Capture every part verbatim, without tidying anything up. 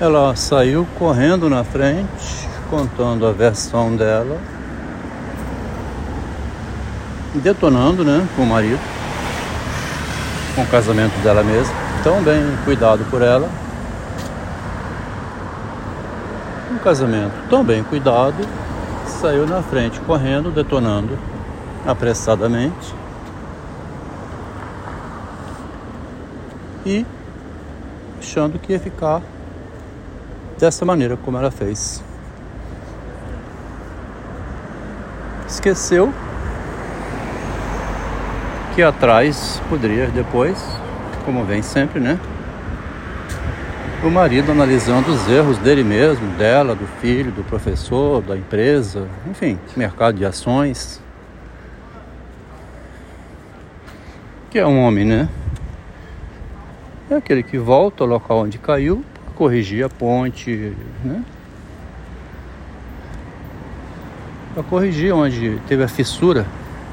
Ela saiu correndo na frente, contando a versão dela, detonando, né, com o marido, com o casamento dela mesma, tão bem cuidado por ela, um casamento tão bem cuidado, saiu na frente correndo, detonando apressadamente e achando que ia ficar dessa maneira como ela fez. Esqueceu que atrás poderia depois, como vem sempre, né, o marido analisando os erros dele mesmo, dela, do filho, do professor, da empresa, enfim, mercado de ações, que é um homem, né? É aquele que volta ao local onde caiu, corrigir a ponte, né? Para corrigir onde teve a fissura.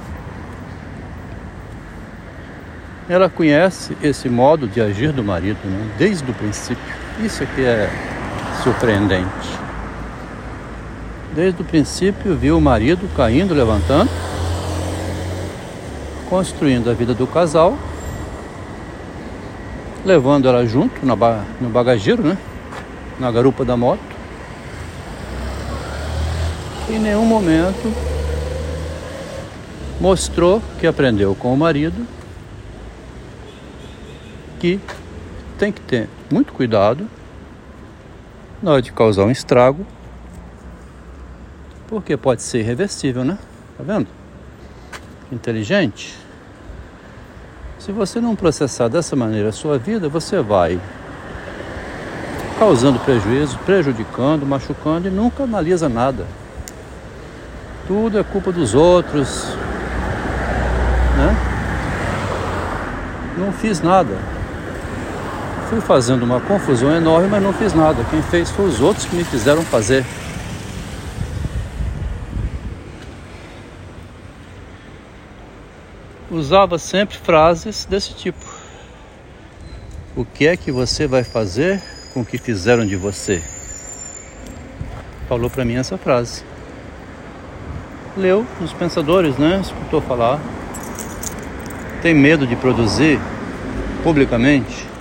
Ela conhece esse modo de agir do marido, né? Desde o princípio. Isso aqui é surpreendente. Desde o princípio viu o marido caindo, levantando, construindo a vida do casal, levando ela junto na ba- no bagageiro, né? Na garupa da moto. Em nenhum momento mostrou que aprendeu com o marido que tem que ter muito cuidado na hora de causar um estrago, porque pode ser irreversível, né? Tá vendo? Inteligente. Se você não processar dessa maneira a sua vida, você vai causando prejuízo, prejudicando, machucando e nunca analisa nada. Tudo é culpa dos outros, né? Não fiz nada. Fui fazendo uma confusão enorme, mas não fiz nada. Quem fez foi os outros que me fizeram fazer. Usava sempre frases desse tipo. O que é que você vai fazer com o que fizeram de você? Falou para mim essa frase. Leu nos Pensadores, né? Escutou falar. Tem medo de produzir publicamente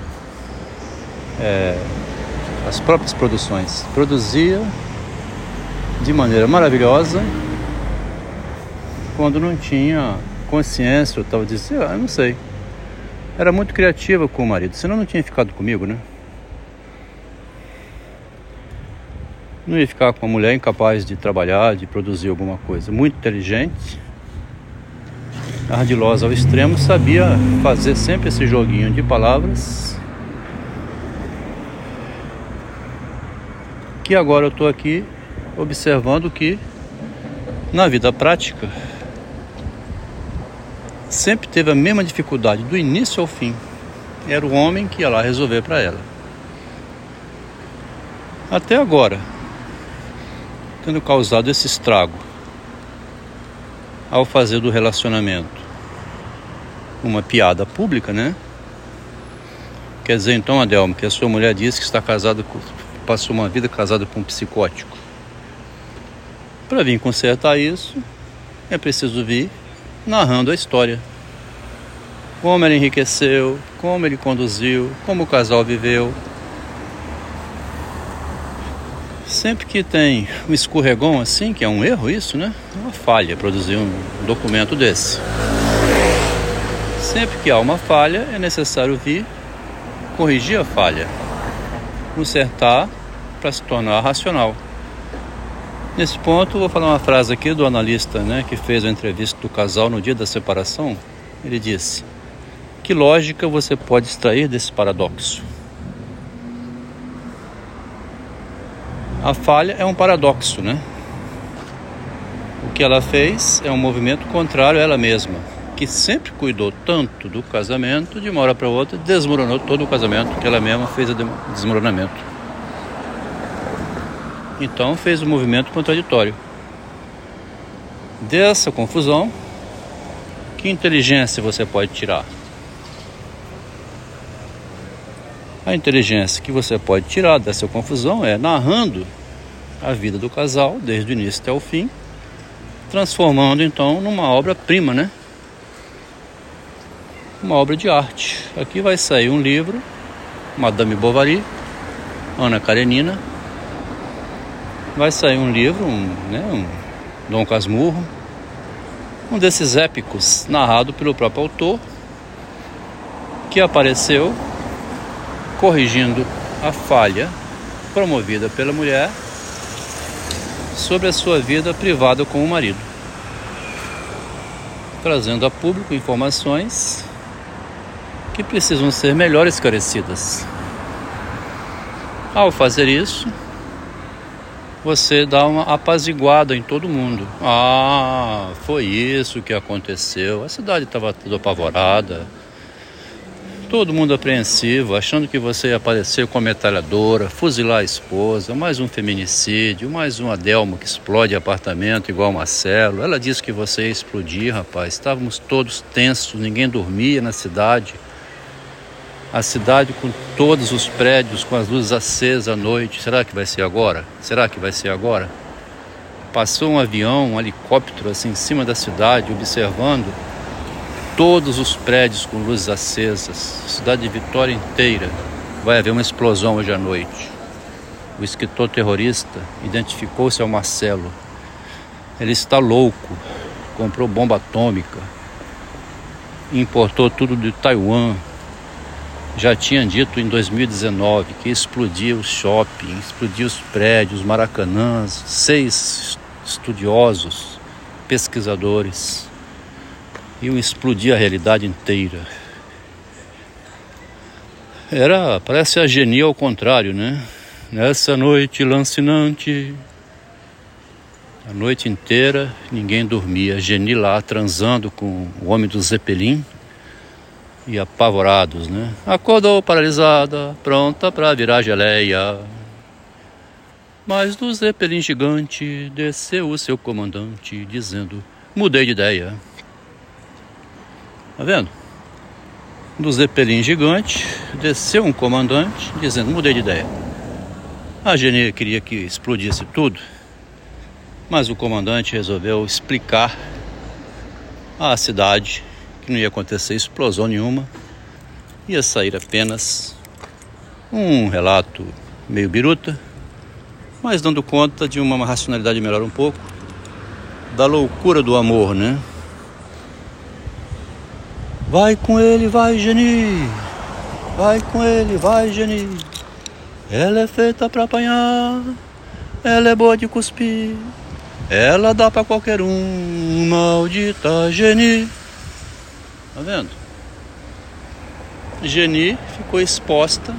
é, as próprias produções. Produzia de maneira maravilhosa quando não tinha consciência, eu estava dizendo, ah, eu não sei. Era muito criativa com o marido, senão não tinha ficado comigo, né? Não ia ficar com uma mulher incapaz de trabalhar, de produzir alguma coisa. Muito inteligente, ardilosa ao extremo, sabia fazer sempre esse joguinho de palavras. Que agora eu estou aqui observando que na vida prática sempre teve a mesma dificuldade do início ao fim. Era o homem que ia lá resolver para ela. Até agora, tendo causado esse estrago ao fazer do relacionamento uma piada pública, né? Quer dizer então, Adelmo, que a sua mulher disse que está casada com, passou uma vida casada com um psicótico. Para vir consertar isso, é preciso vir narrando a história. Como ele enriqueceu, como ele conduziu, como o casal viveu. Sempre que tem um escorregão assim, que é um erro isso, né? É uma falha produzir um documento desse. Sempre que há uma falha, é necessário vir corrigir a falha, consertar para se tornar racional. Nesse ponto, vou falar uma frase aqui do analista, né, que fez a entrevista do casal no dia da separação. Ele disse: que lógica você pode extrair desse paradoxo? A falha é um paradoxo, né? O que ela fez é um movimento contrário a ela mesma, que sempre cuidou tanto do casamento, de uma hora para outra desmoronou todo o casamento, que ela mesma fez o desmoronamento. Então fez um movimento contraditório. Dessa confusão, que inteligência você pode tirar? A inteligência que você pode tirar dessa confusão é narrando a vida do casal, desde o início até o fim, transformando então numa obra-prima, né? Uma obra de arte. Aqui vai sair um livro, Madame Bovary, Ana Karenina. Vai sair um livro, um, né, um Dom Casmurro, um desses épicos narrado pelo próprio autor, que apareceu corrigindo a falha promovida pela mulher sobre a sua vida privada com o marido, trazendo a público informações que precisam ser melhor esclarecidas. Ao fazer isso, você dá uma apaziguada em todo mundo. Ah, foi isso que aconteceu. A cidade estava toda apavorada, todo mundo apreensivo, achando que você ia aparecer com a metralhadora, fuzilar a esposa, mais um feminicídio, mais um Adelmo que explode apartamento igual Marcelo. Ela disse que você ia explodir, rapaz. Estávamos todos tensos, ninguém dormia na cidade. A cidade com todos os prédios, com as luzes acesas à noite. Será que vai ser agora? Será que vai ser agora? Passou um avião, um helicóptero assim em cima da cidade, observando todos os prédios com luzes acesas. A cidade de Vitória inteira. Vai haver uma explosão hoje à noite. O escritor terrorista identificou-se ao Marcelo. Ele está louco. Comprou bomba atômica. Importou tudo de Taiwan. Já tinha dito em dois mil e dezenove que explodia os shoppings, explodia os prédios, Maracanãs. Seis estudiosos, pesquisadores, iam explodir a realidade inteira. Era, parece a Geni ao contrário, né? Nessa noite lancinante, a noite inteira ninguém dormia. Geni lá transando com o homem do Zeppelin. E apavorados, né? Acordou paralisada, pronta pra virar geleia. Mas do Zeppelin gigante desceu o seu comandante, dizendo: mudei de ideia. Tá vendo? Do Zeppelin gigante desceu um comandante, dizendo: mudei de ideia. A Geni queria que explodisse tudo, mas o comandante resolveu explicar à cidade que não ia acontecer explosão nenhuma, ia sair apenas um relato meio biruta, mas dando conta de uma racionalidade melhor um pouco, da loucura do amor, né? Vai com ele, vai, Geni! Vai com ele, vai, Geni! Ela é feita pra apanhar, ela é boa de cuspir, ela dá pra qualquer um, maldita Geni! Tá vendo? Geni ficou exposta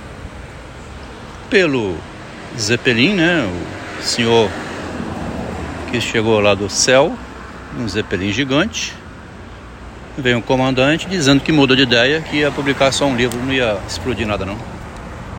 pelo Zeppelin, né? O senhor que chegou lá do céu, um Zeppelin gigante. Veio um comandante dizendo que mudou de ideia, que ia publicar só um livro, não ia explodir nada não.